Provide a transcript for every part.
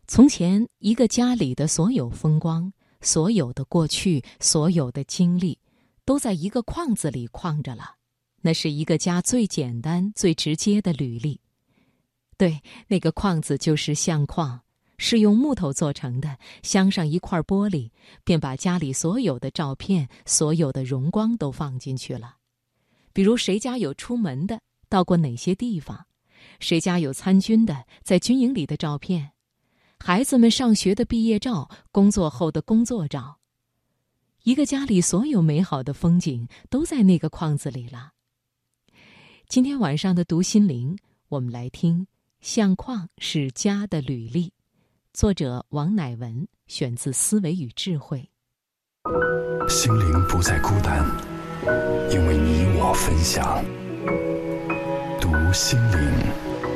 从前，一个家里的所有风光，所有的过去，所有的经历，都在一个框子里框着了。那是一个家最简单、最直接的履历。对，那个框子就是相框，是用木头做成的，镶上一块玻璃，便把家里所有的照片、所有的荣光都放进去了。比如谁家有出门的，到过哪些地方；谁家有参军的，在军营里的照片；孩子们上学的毕业照，工作后的工作照。一个家里所有美好的风景都在那个框子里了。今天晚上的读心灵，我们来听相框是家的履历，作者王乃文，选自思维与智慧。 心灵不再孤单，因为你我分享。读心灵。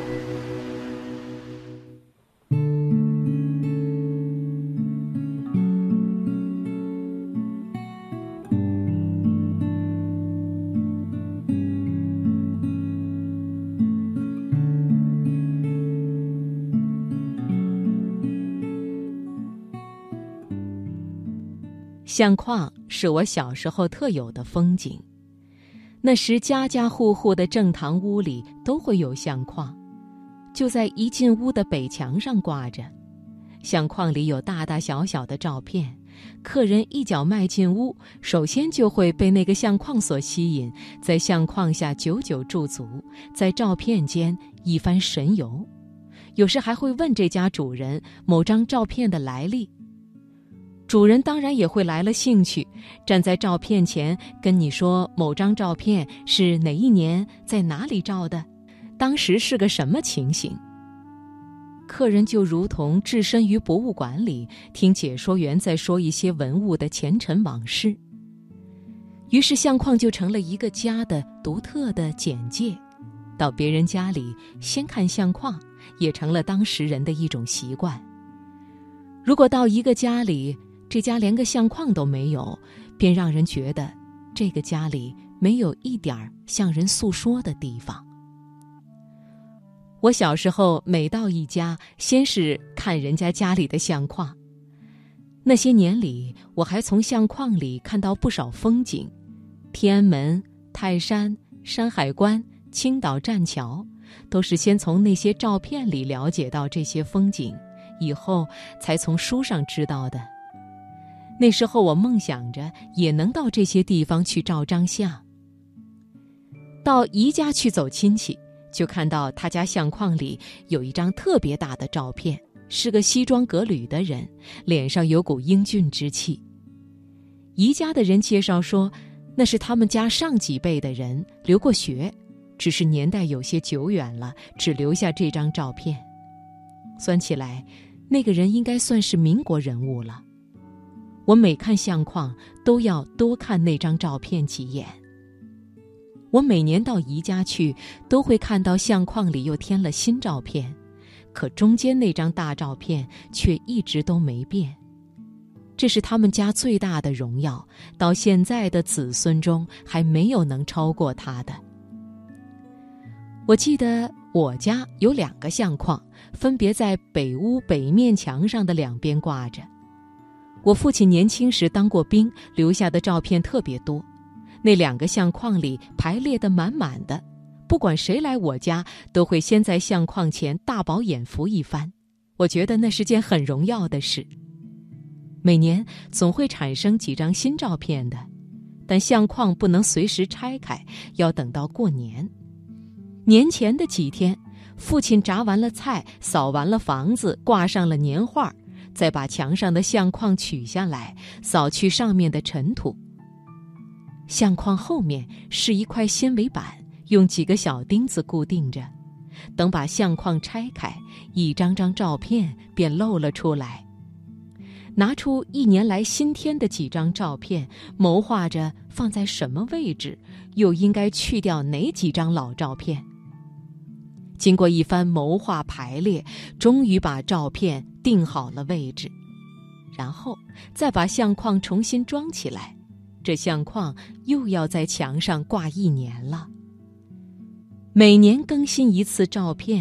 相框是我小时候特有的风景。那时家家户户的正堂屋里都会有相框，就在一进屋的北墙上挂着。相框里有大大小小的照片，客人一脚迈进屋，首先就会被那个相框所吸引，在相框下久久驻足，在照片间一番神游。有时还会问这家主人某张照片的来历。主人当然也会来了兴趣，站在照片前跟你说某张照片是哪一年在哪里照的，当时是个什么情形。客人就如同置身于博物馆里，听解说员在说一些文物的前尘往事。于是相框就成了一个家的独特的简介，到别人家里先看相框，也成了当时人的一种习惯。如果到一个家里，这家连个相框都没有，便让人觉得这个家里没有一点向人诉说的地方。我小时候每到一家，先是看人家家里的相框。那些年里，我还从相框里看到不少风景，天安门、泰山、山海关、青岛栈桥，都是先从那些照片里了解到这些风景，以后才从书上知道的。那时候我梦想着也能到这些地方去照张相。到姨家去走亲戚，就看到他家相框里有一张特别大的照片，是个西装革履的人，脸上有股英俊之气。姨家的人介绍说，那是他们家上几辈的人留过学，只是年代有些久远了，只留下这张照片。算起来，那个人应该算是民国人物了。我每看相框都要多看那张照片几眼。我每年到姨家去，都会看到相框里又添了新照片，可中间那张大照片却一直都没变。这是他们家最大的荣耀，到现在的子孙中还没有能超过他的。我记得我家有2个相框，分别在北屋北面墙上的2边挂着。我父亲年轻时当过兵，留下的照片特别多，那2个相框里排列得满满的，不管谁来我家，都会先在相框前大饱眼福一番。我觉得那是件很荣耀的事。每年总会产生几张新照片的，但相框不能随时拆开，要等到过年。年前的几天，父亲炸完了菜，扫完了房子，挂上了年画，再把墙上的相框取下来，扫去上面的尘土。相框后面是一块纤维板，用几个小钉子固定着。等把相框拆开，一张张照片便露了出来。拿出1年来新添的几张照片，谋划着放在什么位置，又应该去掉哪几张老照片。经过一番谋划排列，终于把照片定好了位置，然后再把相框重新装起来，这相框又要在墙上挂1年了。每年更新一次照片，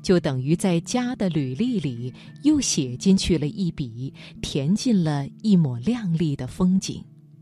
就等于在家的履历里又写进去了一笔，填进了一抹亮丽的风景。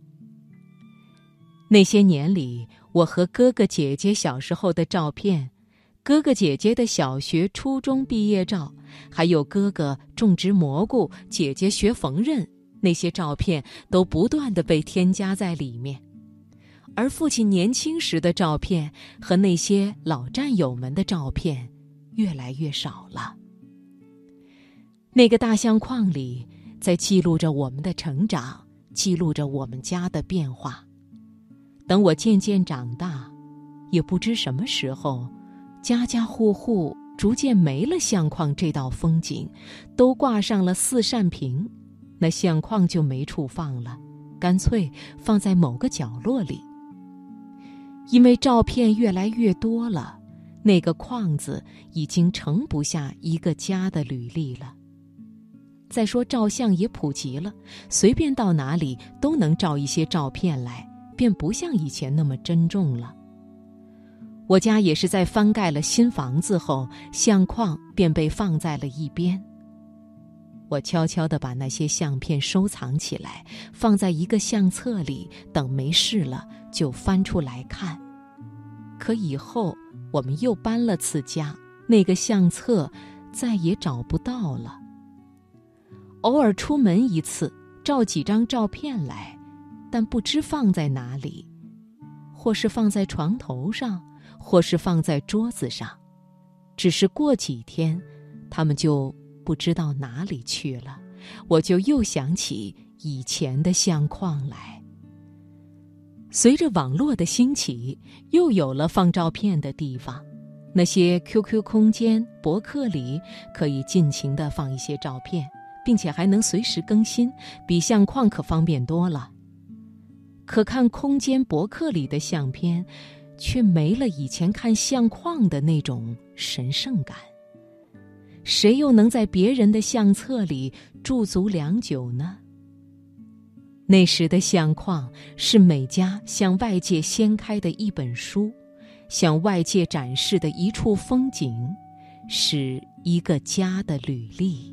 那些年里，我和哥哥姐姐小时候的照片，哥哥姐姐的小学、初中毕业照，还有哥哥种植蘑菇，姐姐学缝纫，那些照片都不断地被添加在里面。而父亲年轻时的照片和那些老战友们的照片越来越少了。那个大相框里在记录着我们的成长，记录着我们家的变化。等我渐渐长大，也不知什么时候，家家户户逐渐没了相框这道风景，都挂上了4扇屏，那相框就没处放了，干脆放在某个角落里。因为照片越来越多了，那个框子已经盛不下一个家的履历了。再说照相也普及了，随便到哪里都能照一些照片来，便不像以前那么珍重了。我家也是在翻盖了新房子后，相框便被放在了一边。我悄悄地把那些相片收藏起来，放在一个相册里，等没事了就翻出来看。可以后我们又搬了次家，那个相册再也找不到了。偶尔出门一次，照几张照片来，但不知放在哪里，或是放在床头上，或是放在桌子上，只是过几天他们就不知道哪里去了，我就又想起以前的相框来。随着网络的兴起，又有了放照片的地方，那些 QQ 空间、博客里可以尽情地放一些照片，并且还能随时更新，比相框可方便多了。可看空间、博客里的相片，却没了以前看相框的那种神圣感。谁又能在别人的相册里驻足良久呢？那时的相框是每家向外界掀开的一本书，向外界展示的一处风景，是一个家的履历。